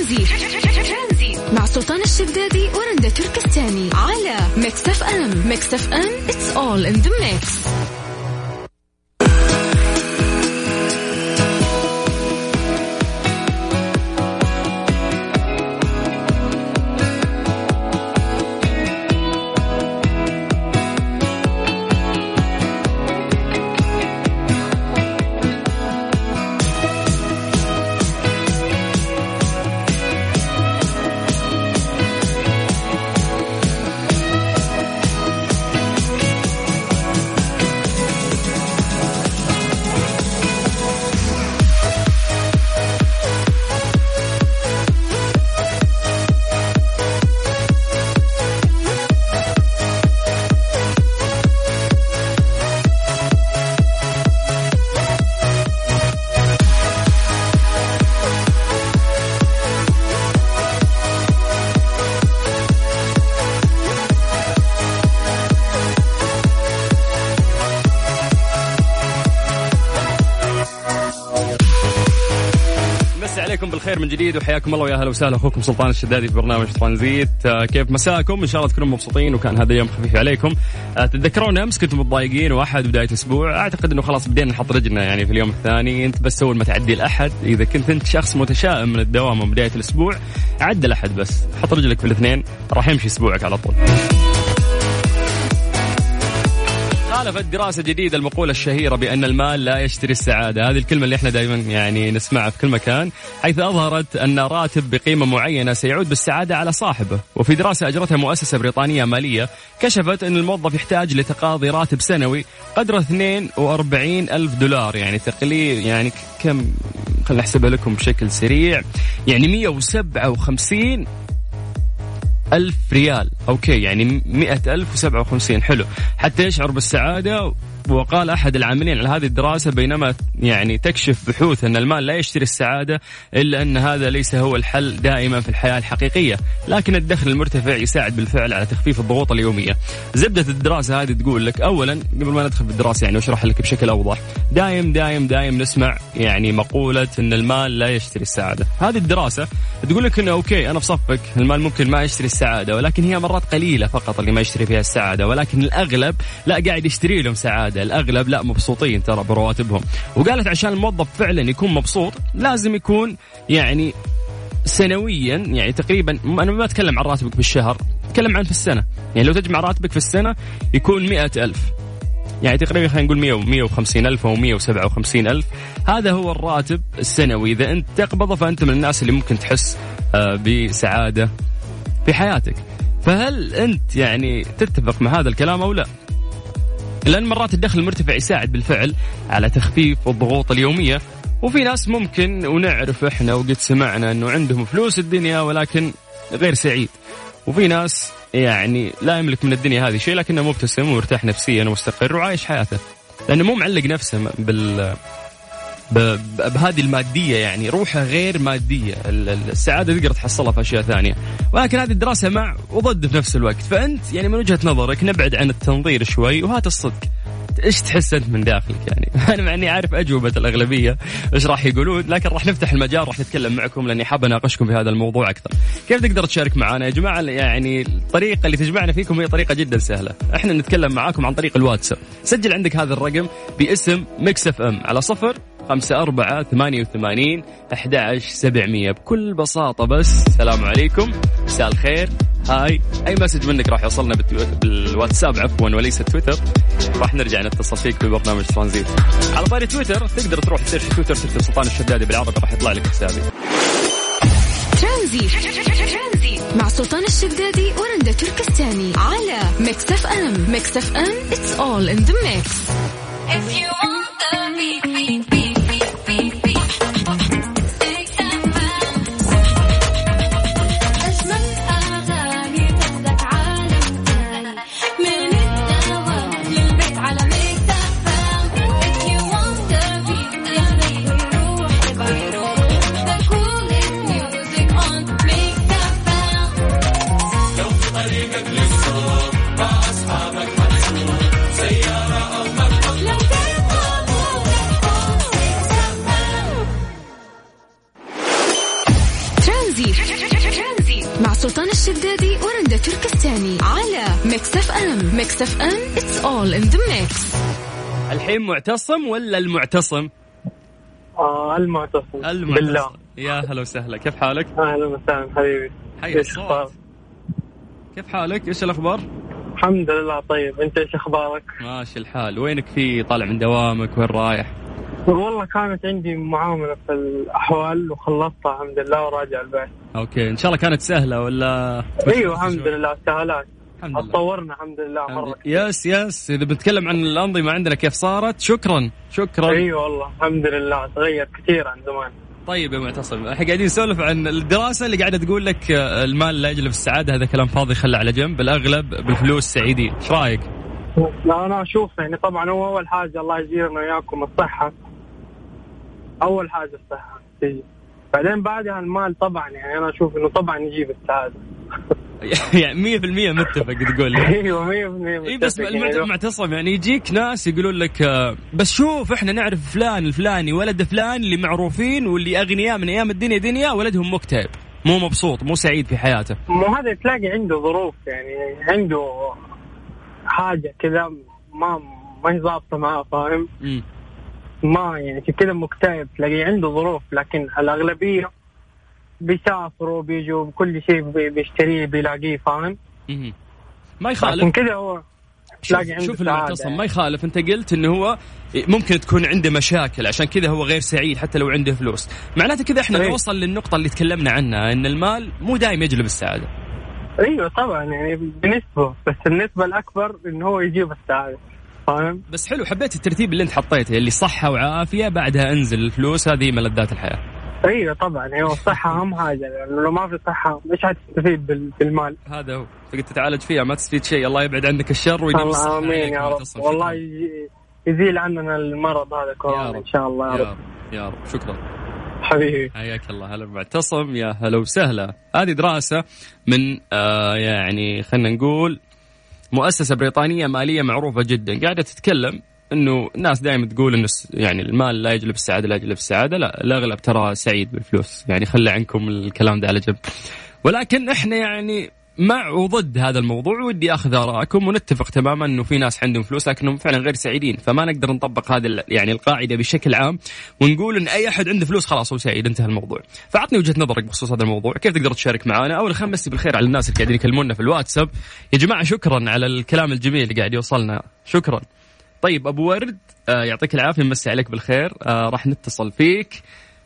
ترانزيت مع سلطان الشدادي ورندا تركستاني على ميكس اف ام. ميكس اف ام it's all in the mix. عليكم بالخير من جديد وحياكم الله ويا اهلا وسهلا. اخوكم سلطان الشدادي في برنامج ترانزيت. كيف مساءكم؟ ان شاء الله تكونوا مبسوطين وكان هذا يوم خفيف عليكم. تتذكرون امس كنتم متضايقين واحد بدايه اسبوع. اعتقد انه خلاص بدينا نحط رجلنا يعني في اليوم الثاني. انت بس اول ما تعدي الاحد، اذا كنت انت شخص متشائم من الدوام وبدايه الاسبوع، عد الاحد بس حط رجلك في الاثنين راح يمشي اسبوعك على طول. خالفت دراسة جديدة المقولة الشهيرة بأن المال لا يشتري السعادة. هذه الكلمة اللي احنا دائما يعني نسمعها في كل مكان، حيث أظهرت أن راتب بقيمة معينة سيعود بالسعادة على صاحبه. وفي دراسة أجرتها مؤسسة بريطانية مالية كشفت أن الموظف يحتاج لتقاضي راتب سنوي قدر 42,000 دولار، يعني تقليل يعني كم، خلنا نحسبها لكم بشكل سريع، يعني 157,000 ريال. أوكي يعني 100,057. حلو حتى يشعر بالسعادة. وقال أحد العاملين على هذه الدراسة بينما يعني تكشف بحوث أن المال لا يشتري السعادة، إلا أن هذا ليس هو الحل دائما في الحياة الحقيقية، لكن الدخل المرتفع يساعد بالفعل على تخفيف الضغوط اليومية. زبدة الدراسة هذه تقول لك، أولا قبل ما ندخل في الدراسة يعني واشرح لك بشكل أوضح، دايم نسمع يعني مقولة أن المال لا يشتري السعادة. هذه الدراسة تقول لك أنه أوكي أنا في صفك، المال ممكن ما يشتري السعادة، ولكن هي مرات قليلة فقط اللي ما يشتري فيها السعادة، ولكن الأغلب لا قاعد يشتري لهم سعادة، الأغلب لا مبسوطين ترى برواتبهم. وقالت عشان الموظف فعلا يكون مبسوط لازم يكون يعني سنويا، يعني تقريبا أنا ما أتكلم عن راتبك بالشهر، أتكلم عن في السنة. يعني لو تجمع راتبك في السنة يكون 100,000، يعني تقريبا خلينا نقول 150,000 أو 157,000. هذا هو الراتب السنوي. إذا أنت تقبضه فأنت من الناس اللي ممكن تحس بسعادة في حياتك. فهل أنت يعني تتفق مع هذا الكلام أو لا؟ لأن مرات الدخل المرتفع يساعد بالفعل على تخفيف الضغوط اليومية. وفي ناس ممكن ونعرف إحنا وقد سمعنا أنه عندهم فلوس الدنيا ولكن غير سعيد. وفي ناس يعني لا يملك من الدنيا هذه شيء لكنه مبتسم ومرتاح نفسيا ومستقر وعايش حياته، لأنه مو معلق نفسه بهذه المادية، يعني روحه غير مادية. السعادة تقدر تحصلها في أشياء ثانية، ولكن هذه الدراسة مع وضد في نفس الوقت. فأنت يعني من وجهة نظرك نبعد عن التنظير شوي وهات الصدق، إيش تحس أنت من داخلك؟ يعني أنا مع أني عارف أجوبة الأغلبية إيش راح يقولون، لكن راح نفتح المجال راح نتكلم معكم لأني حاب أناقشكم في هذا الموضوع أكثر. كيف تقدر تشارك معنا يا جماعة؟ يعني الطريقة اللي تجمعنا فيكم هي طريقة جدا سهلة، إحنا نتكلم معاكم عن طريق الواتساب. سجل عندك هذا الرقم باسم ميكس اف ام على 054-88-11-700 بكل بساطة. بس السلام عليكم، مساء الخير، هاي، أي مسج منك راح يوصلنا بالواتساب عفوا وليس تويتر، راح نرجع نتصل فيك في برنامج ترانزيت. على طاري تويتر تقدر تروح تسيرش تويتر تكتب سلطان الشدادي بالعربي راح يطلع لك حسابي. ترانزيت مع سلطان الشدادي ورندا تركستاني على ميكس اف ام. ميكس اف ام it's all in the mix. If you want the beat. ترانزيت مع سلطان الشدادي ورندا تركستاني على ميكس اف ام. ميكس اف ام it's all in the mix. الحين معتصم ولا المعتصم؟ المعتصم بالله. يا هلا وسهلا، كيف حالك؟ أهلا وسهلا حبيبي. حي الصوت. كيف حالك؟ إيش الأخبار؟ الحمد لله طيب، أنت إيش أخبارك؟ ماشي الحال. وينك في طالع من دوامك؟ وين رايح؟ والله كانت عندي معاملة في الأحوال وخلصتها الحمد لله وراجع البيت. أوكي، إن شاء الله كانت سهلة ولا؟ أيوة الحمد لله سهلات. اتطورنا الحمد لله مرة. يس إذا بنتكلم عن الأنظمة عندنا كيف صارت، شكرا. أيوة والله الحمد لله تغير كثير عن زمان. طيب يا معتصم، احنا قاعدين نسولف عن الدراسة اللي قاعدة تقول لك المال لا يجلب السعادة، هذا كلام فاضي خلى على جنب، بالأغلب بالفلوس سعيدين. ايش رايك؟ لا أنا أشوف يعني طبعا هو أول حاجة الله يجيرنا وياكم الصحة، أول حاجة الصحة تيجي، بعدين بعدها المال طبعا. يعني أنا أشوف إنه طبعا يجيب السعادة. يعني 100% متفق تقول لي. ايوه 100% بس المعتصم يعني يجيك ناس يقولون لك بس شوف احنا نعرف فلان الفلاني ولد فلان اللي معروفين واللي اغنياء من ايام الدنيا دنيا، ولدهم مكتئب مو مبسوط مو سعيد في حياته. مو هذا تلاقي عنده ظروف، يعني عنده حاجة كذا ما هي ضابطة معاه، فاهم؟ ما يعني كذا مكتئب، تلاقي عنده ظروف، لكن الأغلبية بيسافروا بيجوا كل شيء بيشتريه بيلاقيه، فاهم؟ ما يخالف. عشان كذا هو شوف المعتصم ما يخالف. انت قلت انه هو ممكن تكون عنده مشاكل عشان كذا هو غير سعيد حتى لو عنده فلوس، معناته كذا احنا نوصل للنقطة اللي تكلمنا عنها ان المال مو دائما يجلب السعادة. ايوه طبعا يعني بنسبة، بس النسبة الأكبر انه هو يجيب السعادة، فاهم؟ بس حلو، حبيت الترتيب اللي انت حطيته اللي صحة وعافية بعدها انزل الفلوس، هذه ملذات الحياة. ايوه طبعا هي الصحة اهم حاجة، لأنه لو ما في صحة مش هتستفيد بالمال. هذا هو تقدر تتعالج فيها ما تستفيد شيء. الله يبعد عنك الشر ويديم الصحة. آمين يا رب. والله يزيل عننا المرض هذا كورونا إن شاء الله يا رب. يا رب. شكرا حبيبي، حياك الله. هلا معتصم، يا هلا وسهلا. هذه دراسة من يعني خلنا نقول مؤسسة بريطانية مالية معروفة جدا، قاعدة تتكلم انه الناس دائما تقول انه يعني المال لا يجلب السعاده لا يجلب السعاده، لا الاغلب ترى سعيد بالفلوس، يعني خلي عنكم الكلام ده على جنب. ولكن احنا يعني مع وضد هذا الموضوع، ودي اخذ ارائكم ونتفق تماما انه في ناس عندهم فلوس لكنهم فعلا غير سعيدين، فما نقدر نطبق هذه يعني القاعده بشكل عام ونقول ان اي احد عنده فلوس خلاص هو سعيد، انتهى الموضوع. فعطني وجهه نظرك بخصوص هذا الموضوع، كيف تقدر تشارك معنا؟ اول خمسي بالخير على الناس اللي قاعدين يكلمونا في الواتساب. يا جماعه شكرا على الكلام الجميل اللي قاعد يوصلنا، شكرا. طيب أبو ورد يعطيك العافية، مسي عليك بالخير. راح نتصل فيك.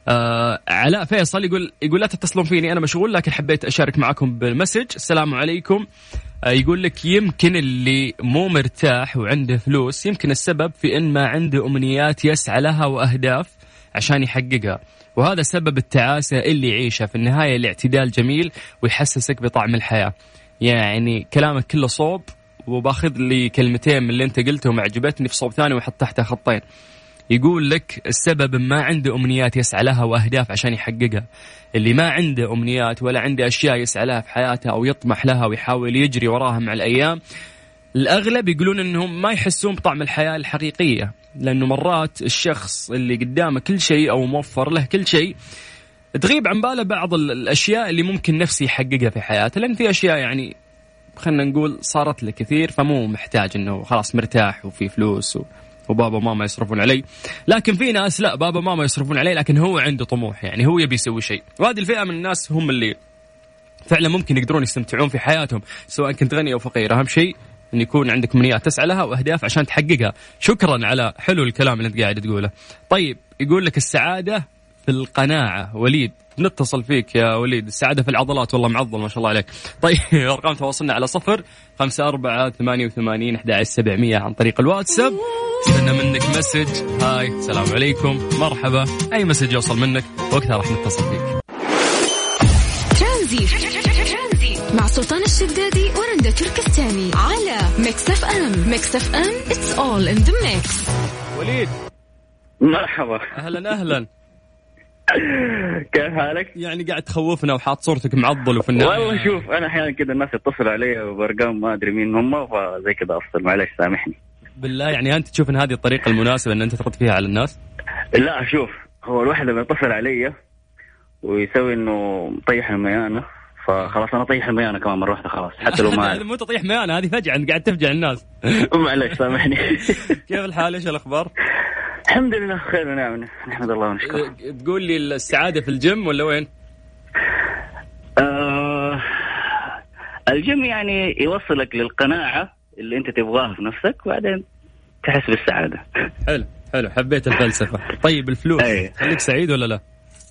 علاء فيصل يقول لا تتصلون فيني أنا مشغول، لكن حبيت أشارك معكم بالمسج. السلام عليكم. يقول لك يمكن اللي مو مرتاح وعنده فلوس يمكن السبب في إن ما عنده أمنيات يسعى لها وأهداف عشان يحققها، وهذا سبب التعاسة اللي يعيشها. في النهاية الاعتدال جميل ويحسسك بطعم الحياة. يعني كلامك كله صوب، وباخذ لي كلمتين من اللي انت قلتهم عجبتني في صوب ثاني وحط تحتها خطين. يقول لك السبب ما عنده أمنيات يسعى لها وأهداف عشان يحققها. اللي ما عنده أمنيات ولا عنده أشياء يسعى لها في حياته أو يطمح لها ويحاول يجري وراها مع الأيام، الأغلب يقولون أنهم ما يحسون بطعم الحياة الحقيقية، لأنه مرات الشخص اللي قدامه كل شيء أو موفر له كل شيء تغيب عن باله بعض الأشياء اللي ممكن نفسه يحققها في حياته، لأن في أشياء يعني خلنا نقول صارت له كثير فمو محتاج انه خلاص مرتاح وفي فلوس وبابا وماما يصرفون علي. لكن في ناس لا، بابا وماما يصرفون علي لكن هو عنده طموح، يعني هو يبي يسوي شيء. وهذه الفئة من الناس هم اللي فعلا ممكن يقدرون يستمتعون في حياتهم سواء كنت غني أو فقير. أهم شيء أن يكون عندك أمنيات تسعى لها وأهداف عشان تحققها. شكرا على حلو الكلام اللي أنت قاعد تقوله. طيب يقول لك السعادة في القناعة. وليد نتصل فيك يا وليد. السعادة في العضلات، والله معضل ما شاء الله عليك. طيب أرقام تواصلنا على 054-88-11700 عن طريق الواتساب. استنى منك مسج، هاي السلام عليكم مرحبا، أي مسج يوصل منك وقتها راح نتصل فيك. ترانزيت مع سلطان الشدادي ورندا تركستاني على ميكس اف ام. ميكس اف ام it's all in the mix. وليد مرحبا. أهلا كيف حالك؟ يعني قاعد تخوفنا وحاط صورتك معضل وفي النهاية. والله شوف أنا أحيانا كده الناس يتصل علي بأرقام ما أدري مين هم، فزي كده أفصل، معلش سامحني. بالله يعني أنت تشوف إن هذه الطريقة المناسبة إن أنت ترد فيها على الناس؟ لا شوف، هو الواحد لما يتصل علي ويسوي إنه طيح الميانة، فخلاص أنا طيح الميانة كمان مرة واحدة خلاص حتى لو ما هذا مو تطيح ميانة، هذه فجأة أنت قاعد تفجع الناس. معلش سامحني. كيف الحال؟ إيش الأخبار؟ الحمد لله خير ونعم، نحمد الله ونشكره. تقول لي السعادة في الجيم ولا وين؟ الجيم يعني يوصلك للقناعة اللي أنت تبغاها في نفسك، وبعدين تحس بالسعادة. حلو حلو، حبيت الفلسفة. طيب الفلوس خليك سعيد ولا لا؟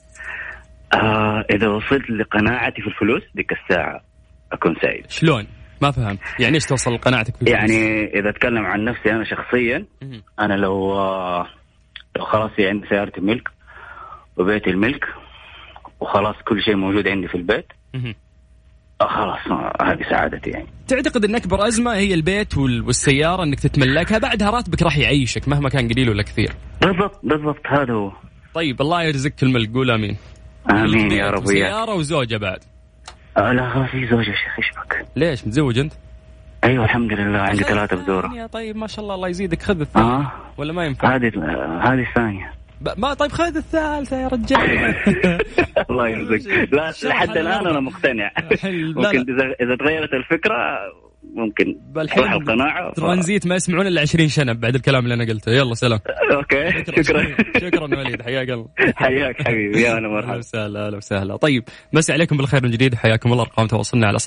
إذا وصلت لقناعتي في الفلوس ديك الساعة أكون سعيد. شلون؟ ما فهمت يعني إيش توصل لقناعتك في الفلوس؟ يعني إذا أتكلم عن نفسي أنا شخصيا، أنا لو خلاص عندي سيارتي الملك وبيتي الملك وخلاص كل شيء موجود عندي في البيت، خلاص هذه سعادتي. يعني تعتقد ان اكبر ازمه هي البيت والسياره انك تتملكها، بعدها راتبك راح يعيشك مهما كان قليل ولا كثير؟ بالضبط هذا هو. طيب الله يرزقك الملك، قول امين. امين يا رب. سياره وزوجه بعد؟ لا في زوجه شيخ. ايش بك؟ ليش متزوج انت؟ ايوه الحمد لله عندي 3 بذوره. طيب ما شاء الله، الله يزيدك. خذ الثانيه ولا ما ينفع؟ هذه الثانية. ما طيب خذ الثالثة يا رجال. الله يرزقك. لا لحد الآن أنا مقتنع. ممكن إذا تغيرت الفكرة ممكن تروح القناعة. ترانزيت ما يسمعون إلا 20 شنب بعد الكلام اللي أنا قلته. يلا سلام. أوكي شكرا وليد، حياك الله. حياك حبيبي، يا أنا مرحبا. أهلا وسهلا. طيب مسي عليكم بالخير من جديد، حياكم الله. أرقام تواصلنا على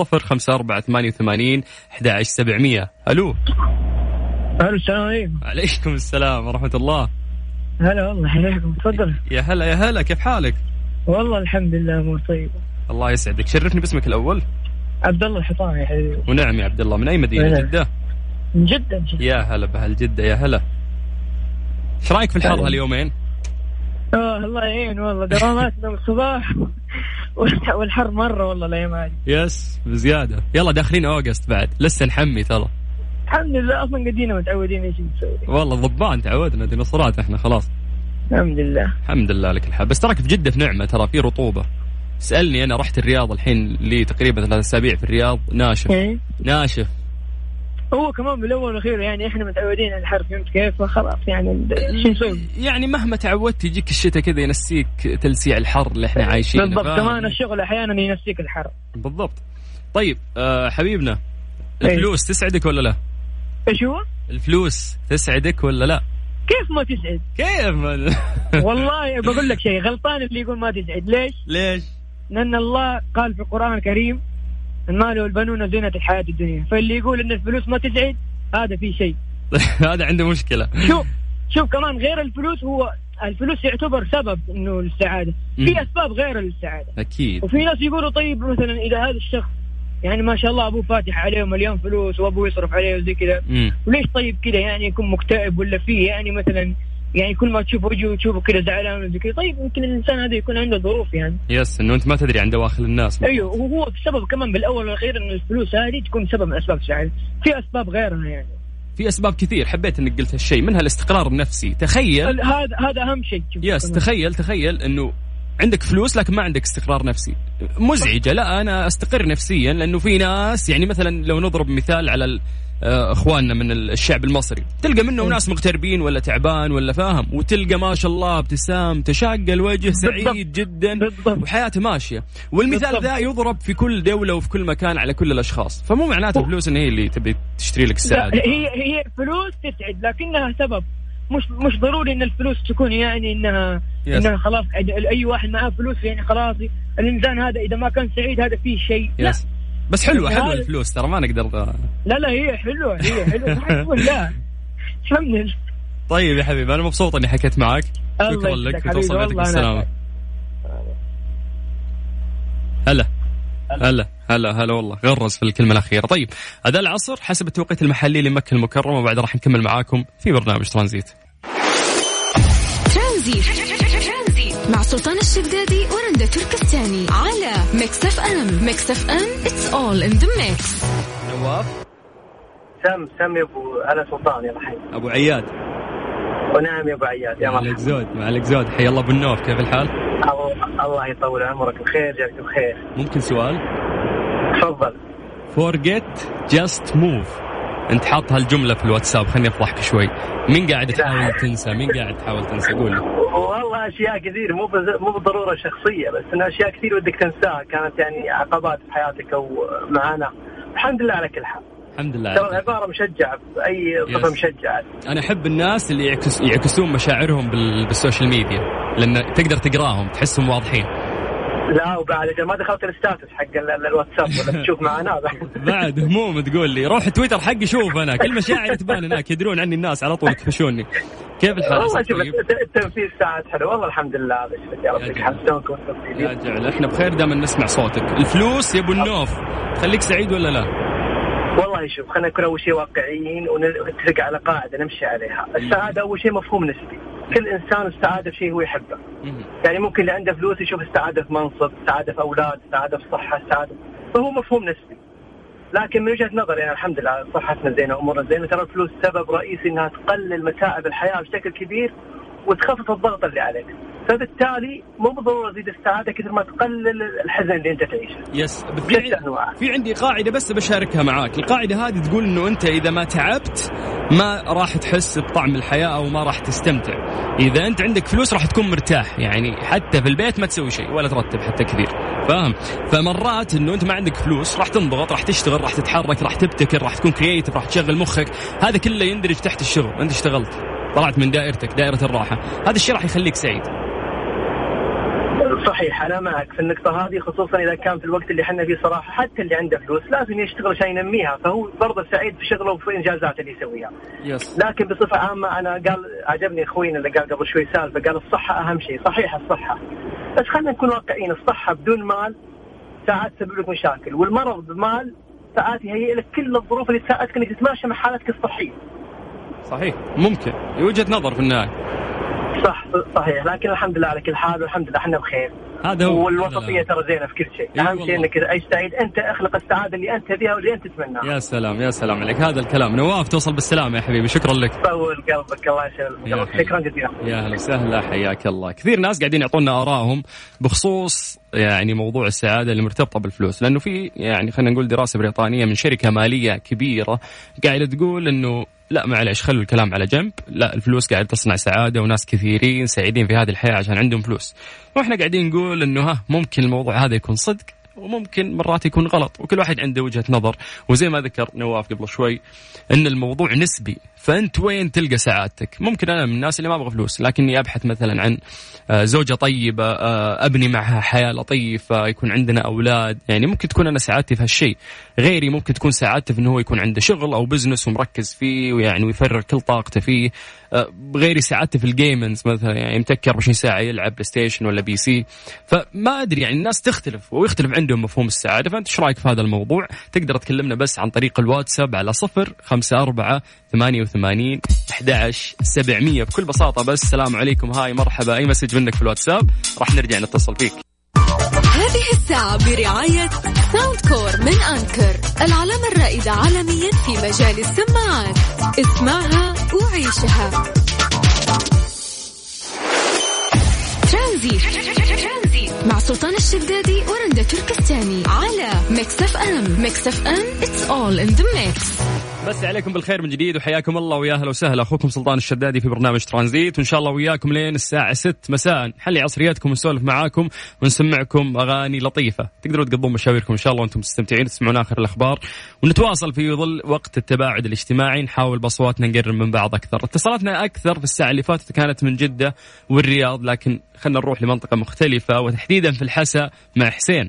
0548881700. ألو السلام عليكم. عليكم السلام ورحمة الله. هلا والله، حياكم. تفضل. يا هلا كيف حالك؟ والله الحمد لله مو طيب. الله يسعدك. شرفني باسمك الأول. عبد الله الحطامي يا حبيبي. ونعم يا عبد الله، من أي مدينة؟ جدة؟ من جدة. يا هلا بهالجدة، يا هلا. ايش رايك في الحر هاليومين؟ الله يعين والله، دواماتنا من الصباح والحر مرة والله الأيام هذه. يس بزيادة. يلا داخلين أوغست بعد، لسه نحمي ترى. الحمد لله، أصلا قدينا متعودين ايش نسوي. والله ضبان تعودنا ديناصورات احنا خلاص. الحمد لله. الحمد لله لك الحمد. بس تراك في جدة في نعمة، ترى في رطوبة. سألني أنا، رحت الرياض الحين لي تقريبا 3 أسابيع في الرياض، ناشف. ناشف. هو كمان بالأول والأخير يعني إحنا متعودين على الحر، فهمت كيف؟ فخلاص يعني شو نسوي؟ يعني مهما تعودت يجيك الشتاء كذا ينسيك تلسيع الحر اللي احنا عايشينه. بالضبط. كمان الشغل أحيانا ينسيك الحر. بالضبط. طيب حبيبنا، الفلوس تسعدك ولا لا؟ ايش هو؟ الفلوس تسعدك ولا لا؟ كيف ما تسعد؟ كيف والله بقول لك شيء، غلطان اللي يقول ما تسعد. ليش؟ لأن الله قال في القرآن الكريم: المال والبنون زينة الحياة الدنيا. فاللي يقول إن الفلوس ما تسعد هذا فيه شيء. هذا عنده مشكلة. شوف كمان غير الفلوس، هو الفلوس يعتبر سبب إنه السعادة. في أسباب غير السعادة أكيد. وفي ناس يقولوا طيب مثلا إذا هذا الشخص يعني ما شاء الله أبوه فاتح عليه مليان فلوس وأبوه يصرف عليه وزي كذا، وليش طيب كذا يعني يكون مكتئب ولا فيه يعني مثلا يعني كل ما تشوف وجهه تشوفه كذا زعلان وزي كذا. طيب يمكن الإنسان هذا يكون عنده ظروف يعني. يس، إنه أنت ما تدري عن دواخل الناس. أيوه، وهو السبب كمان بالأول والأخير إن الفلوس هذه تكون سبب من أسباب السعادة. في أسباب غيرها يعني. في أسباب كثير، حبيت إنك قلت هالشيء، منها الاستقرار النفسي. تخيل هذا أهم شيء. يس، تخيل إنه عندك فلوس لكن ما عندك استقرار نفسي. مزعجة. لا أنا أستقر نفسيا، لأنه في ناس يعني مثلا لو نضرب مثال على اخواننا من الشعب المصري، تلقى منهم ناس مغتربين ولا تعبان ولا فاهم، وتلقى ما شاء الله ابتسام تشاق الوجه، سعيد جدا وحياته ماشيه. والمثال ذا يضرب في كل دوله وفي كل مكان على كل الاشخاص. فمو معناته الفلوس ان هي اللي تبي تشتري لك السعاده. هي فلوس تسعد لكنها سبب، مش ضروري ان الفلوس تكون يعني انها خلاص اي واحد معاه فلوس يعني خلاص الانسان هذا اذا ما كان سعيد هذا فيه شيء. لا بس حلوة الفلوس ترى، ما نقدر. لا هي حلوة لا شمل. طيب يا حبيبي، أنا مبسوط إني حكيت معك. شكرا لك وتوصل بيتك بالسلامة. هلا والله غرز في الكلمة الأخيرة. طيب هذا العصر حسب التوقيت المحلي لمكة المكرمة، وبعد راح نكمل معاكم في برنامج ترانزيت مع سلطان الشدادي ورندا تركستاني على ميكس اف ام. ميكس اف ام it's all in the mix. نواف سم يا ابو على سلطان يا رحيم ابو عياد. ونعم يا ابو عياد. يا مرحبا. معلك زود. حي الله بالنور، كيف الحال؟ الله يطول عمرك. بخير جاك بخير. ممكن سؤال؟ تفضل. forget just move، انت حاط هالجملة في الواتساب، خلني افضحك شوي. مين قاعد تحاول تنسى؟ قول لي. والله إنها أشياء كثير مو بالضرورة شخصية، بس إنها أشياء كثير ودك تنساها كانت يعني عقبات في حياتك أو معانا. الحمد لله على كل حال. الحمد لله. ترى العبارة مشجعة، أي صفة مشجعة. أنا أحب الناس اللي يعكسون مشاعرهم بالسوشيال ميديا، لأن تقدر تقراهم تحسهم واضحين. لا وبعد ما دخلت الستاتس حق الواتساب ولا تشوف معنا بعد هموم تقول لي روح تويتر حقي شوف أنا كل مشاعري تبان هناك، يدرون عني الناس على طول يكفشوني. كيف الحال؟ والله شوف التنفيذ ساعات حلو والله الحمد لله. يا رب يحسنكم. يا جعل احنا بخير دائما نسمع صوتك. الفلوس يا ابو النوف تخليك سعيد ولا لا؟ والله شوف خلينا نكون أول شيء واقعيين ونتفق على قاعدة نمشي عليها. السعادة أول شيء مفهوم نسبي، كل إنسان السعادة في شيء هو يحبه. يعني ممكن اللي عنده فلوس يشوف السعادة في منصب، السعادة في أولاد، السعادة في صحة، السعادة فهو مفهوم نسبي. لكن من وجهة نظري يعني الحمد لله صحتنا زينة أمورنا زينة. ترى الفلوس سبب رئيسي إنها تقلل متاعب الحياة بشكل كبير وتخفف الضغط اللي عليك، فبالتالي مو بالضرورة تزيد السعادة كثر ما تقلل الحزن اللي أنت تعيشه. يس. في عندي قاعدة بس بشاركها معاك. القاعدة هذه تقول إنه أنت إذا ما تعبت ما راح تحس بطعم الحياة أو ما راح تستمتع. إذا أنت عندك فلوس راح تكون مرتاح، يعني حتى في البيت ما تسوي شيء ولا ترتب حتى كثير، فاهم؟ فمرات إنه أنت ما عندك فلوس راح تنضغط، راح تشتغل، راح تتحرك، راح تبتكر، راح تكون كرييتيف، راح تشغل مخك. هذا كله يندرج تحت الشغل. أنت اشتغلت، طلعت من دائرتك دائرة الراحة، هذا الشيء راح يخليك سعيد. صحيح أنا معك في النقطة هذه، خصوصا إذا كان في الوقت اللي حنا فيه صراحة حتى اللي عنده فلوس لازم يشتغل عشان ينميها، فهو برضه سعيد في شغله وفي إنجازاته اللي يسويها. لكن بصفة عامة أنا عجبني أخوينا اللي قال قبل شوي سالفة، قال الصحة أهم شيء. صحيح الصحة، بس خلينا نكون واقعيين. الصحة بدون مال ساعات تسبب لك مشاكل، والمرض بمال ساعات يهيئ لك كل الظروف اللي تساعدك إنك تتماشى مع حالتك الصحية. صحيح، ممكن وجهة نظر في النهاية. صحيح، لكن الحمد لله على كل حال والحمد لله احنا بخير. هذا هو. والوسطية ترى زينة في كل شيء. أهم شيء إنك تعيش سعيد، أنت اخلق السعادة اللي أنت بها واللي أنت تتمناها. يا سلام يا سلام عليك. هذا الكلام. نواف توصل بالسلامة يا حبيبي، شكرا لك. طول قلبك، الله يسلمك. شكرا جزيلا. يا هلا وسهلا، حياك الله. كثير ناس قاعدين يعطونا آرائهم بخصوص يعني موضوع السعادة اللي مرتبطة بالفلوس، لأنه في يعني خلينا نقول دراسة بريطانية من شركة مالية كبيرة قاعدة تقول إنه لا معلش خلوا الكلام على جنب، لا الفلوس قاعدة تصنع سعادة وناس كثيرين سعيدين في هذه الحياة عشان عندهم فلوس. واحنا قاعدين نقول انه ممكن الموضوع هذا يكون صدق وممكن مرات يكون غلط، وكل واحد عنده وجهة نظر. وزي ما ذكر نواف قبل شوي ان الموضوع نسبي، فانت وين تلقى سعادتك؟ ممكن انا من الناس اللي ما ابغى فلوس لكني ابحث مثلا عن زوجة طيبة، ابني معها حياة لطيفة، يكون عندنا اولاد. يعني ممكن تكون انا سعادتي في هالشيء، غيري ممكن تكون سعادته في انه هو يكون عنده شغل او بزنس ومركز فيه ويعني ويفرغ كل طاقته فيه. غيري سعادته في الجيمنز مثلا، يعني يمتكر 24 ساعة يلعب بلاي ستيشن ولا بي سي. فما أدري، يعني الناس تختلف ويختلف عندهم مفهوم السعادة. فأنت إيش رأيك في هذا الموضوع؟ تقدر تكلمنا بس عن طريق الواتساب على 054-88-11-700 بكل بساطة. بس السلام عليكم، هاي مرحبا، أي مسج منك في الواتساب راح نرجع نتصل فيك. هذه الساعة برعاية ساوند كور من أنكر، العلامة الرائدة عالميا في مجال السماعات. اسمعها وعيشها. ترانزيت مع سلطان الشدادي ورندا تركستاني على ميكس اف ام. ميكس اف ام it's all in the mix. بس عليكم بالخير من جديد وحياكم الله ويا اهلا وسهلا. اخوكم سلطان الشدادي في برنامج ترانزيت، وان شاء الله وياكم لين الساعه 6 مساء نحلي عصرياتكم ونسولف معاكم ونسمعكم اغاني لطيفه تقدروا تقضون مشاويركم ان شاء الله وانتم مستمتعين تسمعون اخر الاخبار، ونتواصل في ظل وقت التباعد الاجتماعي. نحاول باصواتنا نقرب من بعض اكثر. اتصالاتنا اكثر في الساعه اللي فاتت كانت من جده والرياض، لكن خلينا نروح لمنطقه مختلفه وتحديدا في الحسا مع حسين.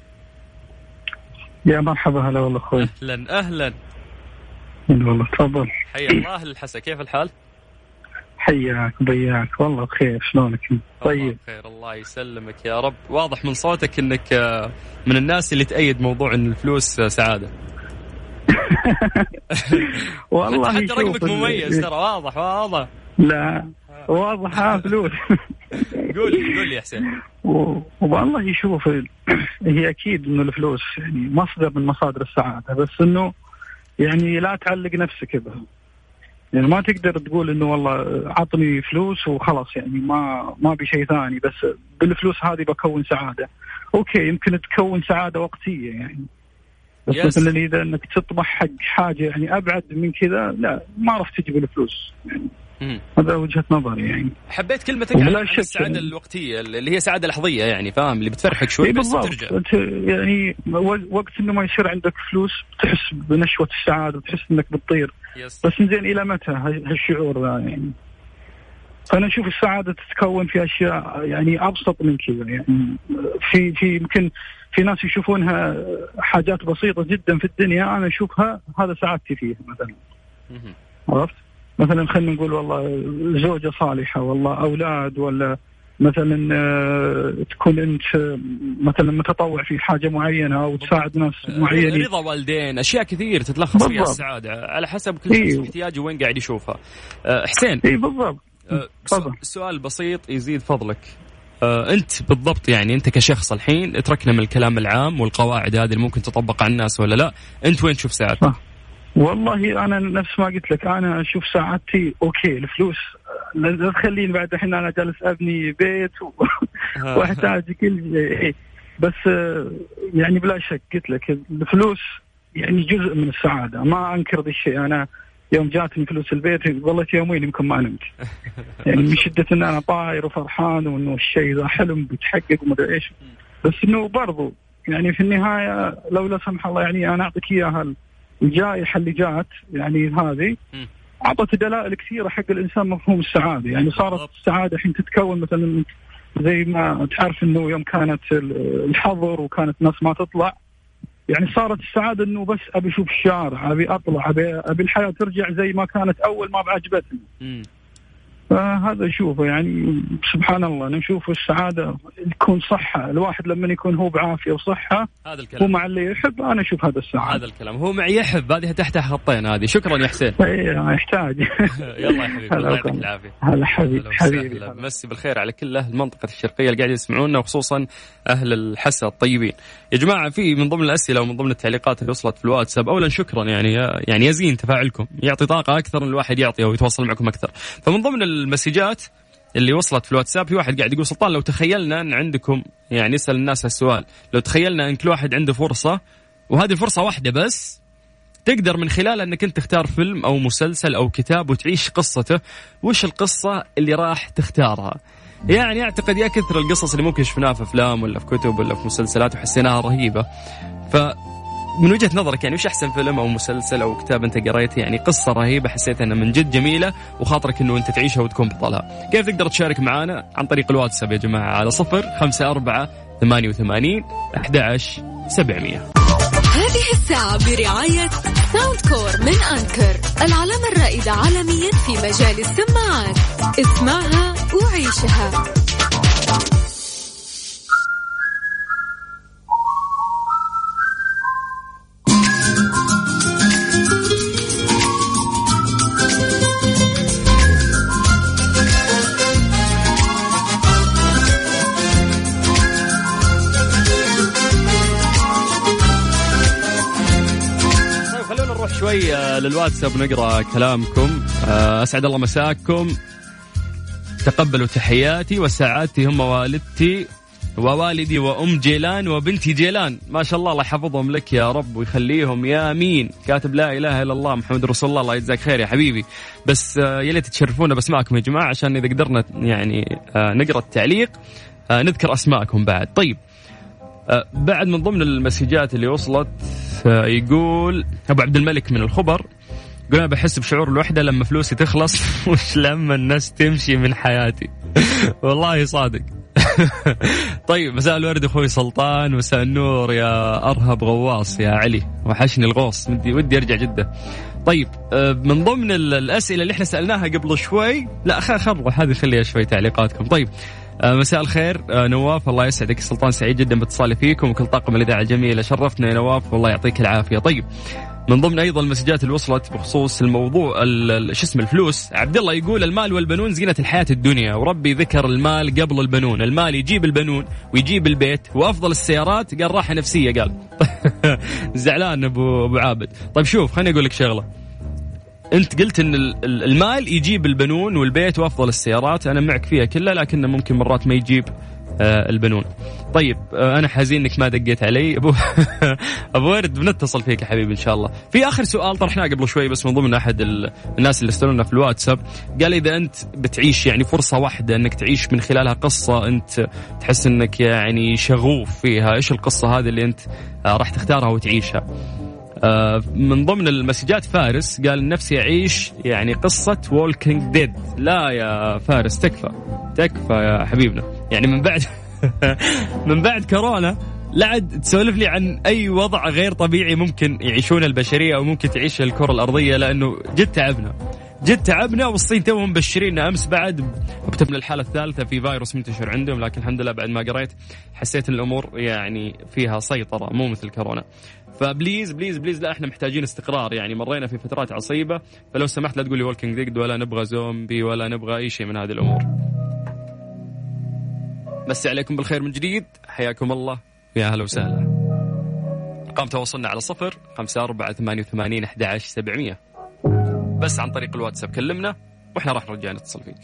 يا مرحبا، هلا والله اخوي. اهلا اهلا والله، تفضل. حيا الله اهل الحسا، كيف الحال؟ حياك وبياك، والله بخير. شلونك؟ طيب بخير الله يسلمك يا رب. واضح من صوتك انك من الناس اللي تأيد موضوع ان الفلوس سعادة. والله حتى رقمك مميز ترى، واضح. لا واضح فلوس. قول يا حسين. والله يشوف، هي اكيد انه الفلوس يعني مصدر من مصادر السعادة، بس انه يعني لا تعلق نفسك بها. يعني ما تقدر تقول انه والله عطني فلوس وخلاص، يعني ما بشيء ثاني، بس بالفلوس هذه بكون سعادة. اوكي يمكن تكون سعادة وقتية يعني، بس مثلا اذا انك تطمح حق حاجة يعني ابعد من كذا، لا ما راح تجي بالفلوس يعني. هذا وجهة نظري يعني. حبيت كلمتك عن السعادة الوقتية اللي هي سعادة لحظية يعني، فاهم، اللي بتفرحك شوي بس ترجع. يعني وقت إنه ما يصير عندك فلوس بتحس بنشوة السعادة، بتحس إنك بتطير. بس زين إلى متى هالشعور يعني؟ فأنا أشوف السعادة تتكون في أشياء يعني أبسط من كذا يعني. في يمكن في ناس يشوفونها حاجات بسيطة جدا في الدنيا، أنا أشوفها هذا سعادتي فيها. مثلا عرفت، مثلا خلينا نقول والله زوجة صالحة، والله أولاد، ولا مثلا تكون أنت مثلا متطوع في حاجة معينة أو تساعد ناس معينين، رضا والدين، أشياء كثير تتلخص فيها السعادة على حسب كل شخص احتياجه وين قاعد يشوفها. حسين، بالضبط. سؤال بسيط يزيد فضلك. أنت بالضبط يعني أنت كشخص الحين اتركنا من الكلام العام والقواعد هذه اللي ممكن تطبق على الناس ولا لا، أنت وين تشوف سعادتك؟ والله أنا نفس ما قلت لك، أنا أشوف سعادتي أوكي. الفلوس لا تخليني بعد الحين أنا جالس أبني بيت وأحتاج كل شيء، بس يعني بلا شك قلت لك الفلوس يعني جزء من السعادة، ما أنكر ذي الشيء. أنا يوم جاتني فلوس البيت ظلت يومين يمكن ما نمت يعني من شدة إن أنا طاير وفرحان وإنه الشيء ذا حلم بيتحقق وما أدري إيش. بس إنه برضو يعني في النهاية لو لا سمح الله يعني أنا أعطيك إياها، الجائحة اللي جات يعني هذه أعطت دلائل كثيرة حق الإنسان مفهوم السعادة. يعني صارت السعادة الحين تتكون مثلا زي ما تعرف إنه يوم كانت الحظر وكانت ناس ما تطلع، يعني صارت السعادة إنه بس أبي أشوف الشارع، أبي أطلع، أبي الحياة ترجع زي ما كانت أول ما بعجبتني. فهذا أشوفه يعني سبحان الله، نشوف السعادة تكون صحة. الواحد لما يكون هو بعافية وصحة هذا الكلام، هو مع اللي يحب، أنا أشوف هذا السعادة. هذا الكلام هو مع يحب، هذه تحت خطين هذه. شكرا يا حسين. يحتاج. يلا يا حبيبي، الله يعطيك العافية. هلا حبيبي. مسي بالخير على كل أهل المنطقة الشرقية اللي قاعد يسمعونا، وخصوصا أهل الحسا الطيبين. يا جماعة في من ضمن الأسئلة ومن ضمن التعليقات اللي وصلت في الواتساب، أولا شكرا يعني يزين تفاعلكم، يعطي طاقة أكثر إن الواحد يعطي أو يتواصل معكم أكثر. فمن ضمن المسجات اللي وصلت في الواتساب في واحد قاعد يقول سلطان لو تخيلنا أن عندكم، يعني يسأل الناس السؤال، لو تخيلنا أن كل واحد عنده فرصة وهذه الفرصة واحدة بس تقدر من خلالها أنك أنت تختار فيلم أو مسلسل أو كتاب وتعيش قصته، وش القصة اللي راح تختارها؟ يعني أعتقد يا كثر القصص اللي ممكن شفناها في أفلام ولا في كتب ولا في مسلسلات وحسيناها رهيبة. من وجهة نظرك يعني وش أحسن فيلم أو مسلسل أو كتاب أنت قريته يعني قصة رهيبة حسيت أنها من جد جميلة وخاطرك أنه أنت تعيشها وتكون بطلها؟ كيف تقدر تشارك معنا؟ عن طريق الواتساب يا جماعة على 054-88-11700. هذه الساعة برعاية ساوند كور من أنكر، العلامة الرائدة عالميا في مجال السماعات. اسمعها وعيشها. شوي للواتساب نقرأ كلامكم. أسعد الله مساكم، تقبلوا تحياتي وسعادتي هم والدتي ووالدي وأم جيلان وبنتي جيلان، ما شاء الله، الله يحفظهم لك يا رب ويخليهم يا مين. كاتب لا إله إلا الله محمد رسول الله، الله يجزاك خير يا حبيبي. بس يلي تتشرفونا باسماءكم يا جماعة عشان إذا قدرنا يعني نقرأ التعليق نذكر أسماءكم بعد. طيب بعد من ضمن المسجات اللي وصلت يقول أبو عبد الملك من الخبر، يقول أنا بحس بشعور الوحدة لما فلوسي تخلص وش لما الناس تمشي من حياتي. والله صادق. طيب مساء الورد أخوي سلطان، مساء النور يا أرهب غواص يا علي، وحشني الغوص، ودي أرجع جدة. طيب من ضمن الأسئلة اللي احنا سألناها قبل شوي، لا خرج هذه خليها شوي تعليقاتكم. طيب مساء الخير نواف، الله يسعدك سلطان، سعيد جدا باتصالي فيكم وكل طاقم الإذاعة الجميلة، شرفتنا يا نواف والله يعطيك العافية. طيب من ضمن أيضا المسجات اللي وصلت بخصوص الموضوع اسم الفلوس، عبد الله يقول المال والبنون زينة الحياة الدنيا، وربي ذكر المال قبل البنون، المال يجيب البنون ويجيب البيت وأفضل السيارات، قال راحة نفسية. قال زعلان أبو عابد. طيب شوف خليني أقول لك شغلة، أنت قلت إن المال يجيب البنون والبيت وأفضل السيارات، أنا معك فيها كلها، لكن ممكن مرات ما يجيب البنون. طيب أنا حزين إنك ما دقيت علي أبو ورد، بنتصل فيك يا حبيبي إن شاء الله. في آخر سؤال طرحناه قبل شوي بس من ضمن أحد الناس اللي استلونا في الواتساب، قال إذا أنت بتعيش يعني فرصة واحدة إنك تعيش من خلالها قصة أنت تحس إنك يعني شغوف فيها، إيش القصة هذه اللي أنت راح تختارها وتعيشها؟ من ضمن المسجات فارس قال نفسي أعيش يعني قصة Walking Dead. لا يا فارس، تكفى يا حبيبنا، يعني من بعد كورونا لا عاد تسولف لي عن أي وضع غير طبيعي ممكن يعيشون البشرية أو ممكن تعيش الكرة الأرضية، لأنه جد تعبنا. والصين توهم مبشرين أمس بعد بتبنى الحالة الثالثة في فيروس منتشر عندهم، لكن الحمد لله بعد ما قريت حسيت الأمور يعني فيها سيطرة مو مثل كورونا. فبليز بليز بليز لا، احنا محتاجين استقرار، يعني مرينا في فترات عصيبة، فلو سمحت لا تقولي Walking Dead ولا نبغى زومبي ولا نبغى أي شيء من هذه الأمور. بس عليكم بالخير من جديد، حياكم الله، يا أهلا وسهلا. رقم تواصلنا على 0548811700 بس عن طريق الواتساب كلمنا وإحنا راح نرجع نتصل فيك.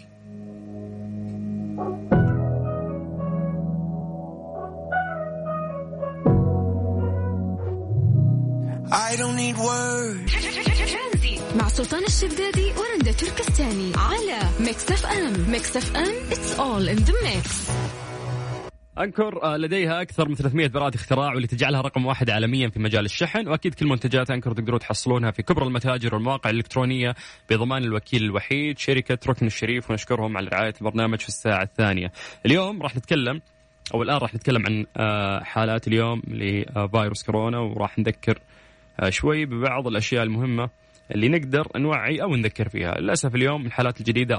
I don't need words. مع سلطان الشدادي ورندا تركستاني على ميكس اف ام. ميكس اف ام it's all in the mix. أنكر لديها أكثر من 300 براءة اختراع واللي تجعلها رقم 1 عالميا في مجال الشحن، وأكيد كل منتجات أنكر تقدروا تحصلونها في كبرى المتاجر والمواقع الإلكترونية بضمان الوكيل الوحيد شركة ركن الشريف، ونشكرهم على رعاية البرنامج في الساعة الثانية. اليوم راح نتكلم عن حالات اليوم لفيروس كورونا، وراح نذكر شوي ببعض الأشياء المهمة اللي نقدر نوعي أو نذكر فيها. للأسف اليوم الحالات الجديدة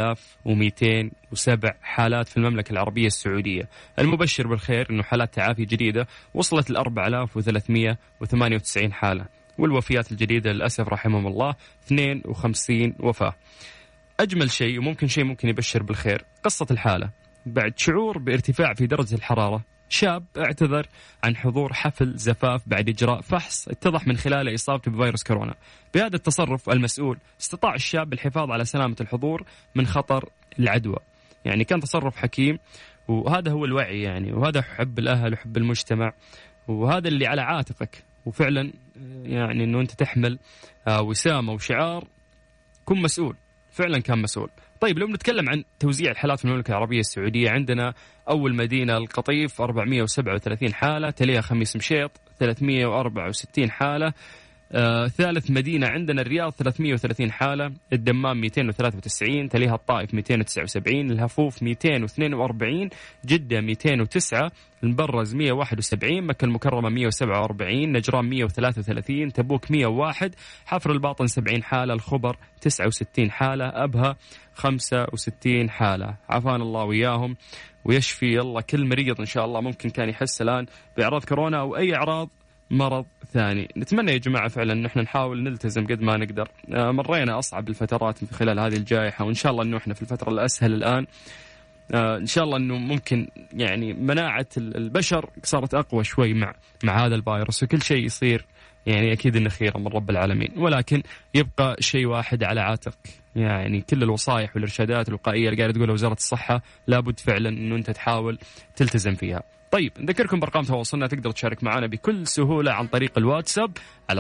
4207 حالات في المملكة العربية السعودية. المبشر بالخير أنه حالات تعافي جديدة وصلت ل 4398 حالة، والوفيات الجديدة للأسف رحمهم الله 52 وفاة. أجمل شيء ممكن يبشر بالخير قصة الحالة بعد شعور بارتفاع في درجة الحرارة. شاب اعتذر عن حضور حفل زفاف بعد إجراء فحص اتضح من خلاله إصابته بفيروس كورونا. بهذا التصرف المسؤول استطاع الشاب الحفاظ على سلامة الحضور من خطر العدوى. يعني كان تصرف حكيم، وهذا هو الوعي يعني، وهذا حب الأهل وحب المجتمع، وهذا اللي على عاتقك. وفعلا يعني أنه أنت تحمل وسامة وشعار كن مسؤول. فعلا كان مسؤول. طيب لو نتكلم عن توزيع الحالات في المملكة العربية السعودية، عندنا أول مدينة القطيف 437 حالة، تليها خميس مشيط 364 حالة، ثالث مدينة عندنا الرياض 330 حالة، الدمام 293، تليها الطائف 279، الهفوف 242، جدة 209، المبرز 171، مكة المكرمة 147، نجران 133، تبوك 101، حفر الباطن 70 حالة، الخبر 69 حالة، أبها 65 حالة. عافانا الله وياهم ويشفي الله كل مريض إن شاء الله ممكن كان يحس الآن بأعراض كورونا أو أي أعراض مرض ثاني. نتمنى يا جماعة فعلا أن احنا نحاول نلتزم قد ما نقدر. مرينا أصعب الفترات في خلال هذه الجائحة، وإن شاء الله أنه احنا في الفترة الأسهل الآن. إن شاء الله أنه ممكن يعني مناعة البشر صارت أقوى شوي مع هذا الفيروس، وكل شيء يصير يعني أكيد إنه خير من رب العالمين. ولكن يبقى شيء واحد على عاتق، يعني كل الوصايح والإرشادات الوقائية اللي قاعدة تقولها وزارة الصحة لابد فعلا أنه أنت تحاول تلتزم فيها. طيب نذكركم بأرقام تواصلنا، تقدر تشارك معنا بكل سهولة عن طريق الواتساب على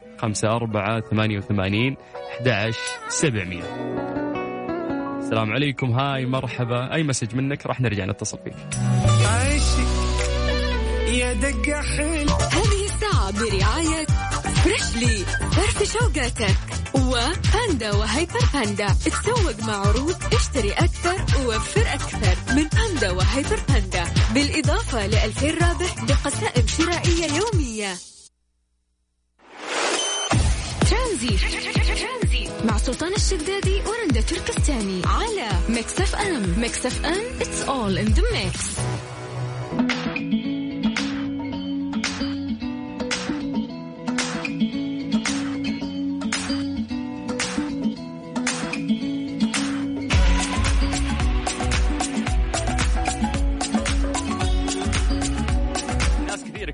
0548811700. السلام عليكم، هاي مرحبا، أي مسج منك راح نرجع نتصل فيك. هذه الساعة برعاية فريشلي، فرف شوقاتك، وباندا وهيبر باندا. تسوق مع عروض اشتري أكثر ووفر أكثر من باندا وهيبر باندا، بالإضافة ل2000 رابح بقسائم شرائية يومية. ترانزيت مع سلطان الشدادي ورندا تركستاني على ميكس اف ام. ميكس اف ام it's all in the mix.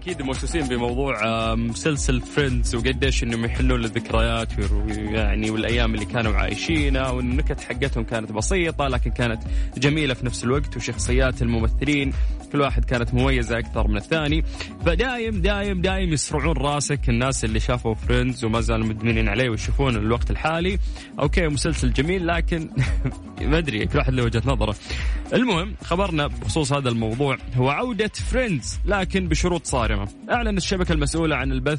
أكيد موسوسين بموضوع مسلسل فريندز وقديش إنهم يحنون للذكريات يعني والأيام اللي كانوا عايشينها، والنكت حقتهم كانت بسيطة لكن كانت جميلة في نفس الوقت، وشخصيات الممثلين كل واحد كانت مميزة أكثر من الثاني. فدايم دايم دايم يسرعون راسك الناس اللي شافوا فريندز وما زالوا مدمنين عليه ويشوفون الوقت الحالي أوكي مسلسل جميل لكن ما أدري كل واحد له وجهة نظره. المهم خبرنا بخصوص هذا الموضوع هو عودة فريندز لكن بشروط صارمة. أعلنت الشبكة المسؤولة عن البث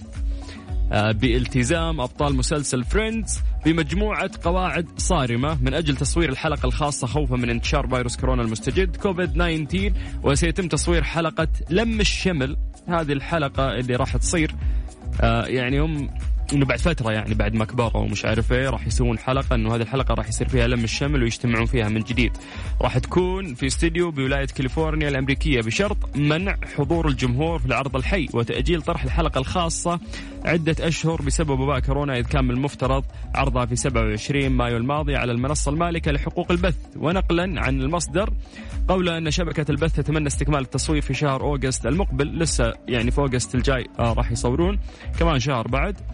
بالتزام أبطال مسلسل فريندز بمجموعة قواعد صارمة من أجل تصوير الحلقة الخاصة خوفا من انتشار فيروس كورونا المستجد كوفيد 19. وسيتم تصوير حلقة لم الشمل. هذه الحلقة اللي راح تصير يعني هم إنه بعد فترة يعني بعد ما كبروا ومش عارف إيه راح يسوون حلقة إنه هذه الحلقة راح يصير فيها لم الشمل ويجتمعون فيها من جديد. راح تكون في استديو بولاية كاليفورنيا الأمريكية بشرط منع حضور الجمهور في العرض الحي وتأجيل طرح الحلقة الخاصة عدة أشهر بسبب وباء كورونا، إذ كان من المفترض عرضها في 27 مايو الماضي على المنصة المالكة لحقوق البث. ونقلا عن المصدر قول أن شبكة البث تتمنى استكمال التصوير في شهر أوغست المقبل. لسه يعني في أوغست الجاي راح يصورون كمان شهر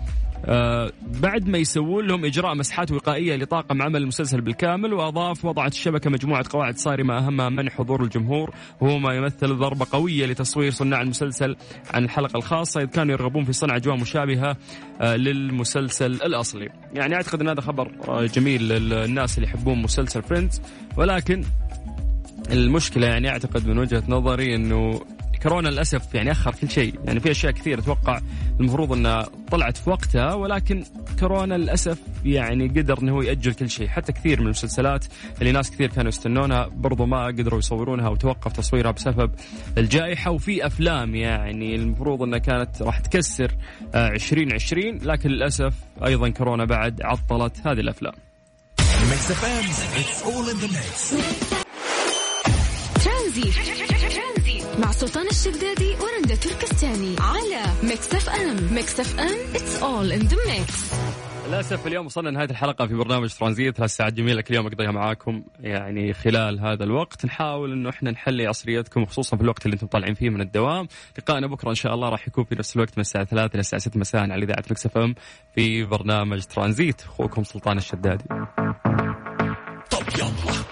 بعد ما يسوون لهم إجراء مسحات وقائية لطاقم عمل المسلسل بالكامل. وأضاف وضعت الشبكة مجموعة قواعد صارمة أهمها منع حضور الجمهور وهو ما يمثل ضربة قوية لتصوير صناع المسلسل عن الحلقة الخاصة، إذ كانوا يرغبون في صنع أجواء مشابهة للمسلسل الأصلي. يعني أعتقد أن هذا خبر جميل للناس اللي يحبون مسلسل فريندز، ولكن المشكلة يعني أعتقد من وجهة نظري أنه كورونا للأسف يعني أخر كل شيء. يعني في أشياء كثير أتوقع المفروض أنها طلعت في وقتها، ولكن كورونا للأسف يعني قدر أنه يأجل كل شيء. حتى كثير من المسلسلات اللي ناس كثير كانوا يستنونها برضو ما قدروا يصورونها وتوقف تصويرها بسبب الجائحة. وفي أفلام يعني المفروض أنها كانت راح تكسر 2020 لكن للأسف أيضا كورونا بعد عطلت هذه الأفلام. مع سلطان الشدادي ورندا تركستاني على ميكس اف ام. ميكس اف ام it's all in the mix. للأسف اليوم وصلنا لنهاية الحلقة في برنامج ترانزيت. 3 ساعات جميلة كل يوم أقضيها معاكم. يعني خلال هذا الوقت نحاول إنه إحنا نحلي عصريتكم خصوصا في الوقت اللي أنتم طالعين فيه من الدوام. لقاءنا بكرة إن شاء الله راح يكون في نفس الوقت من الساعة 3 إلى الساعة 6 مساء على إذاعة ميكس اف ام في برنامج ترانزيت. أخوكم سلطان الشدادي. طب يلا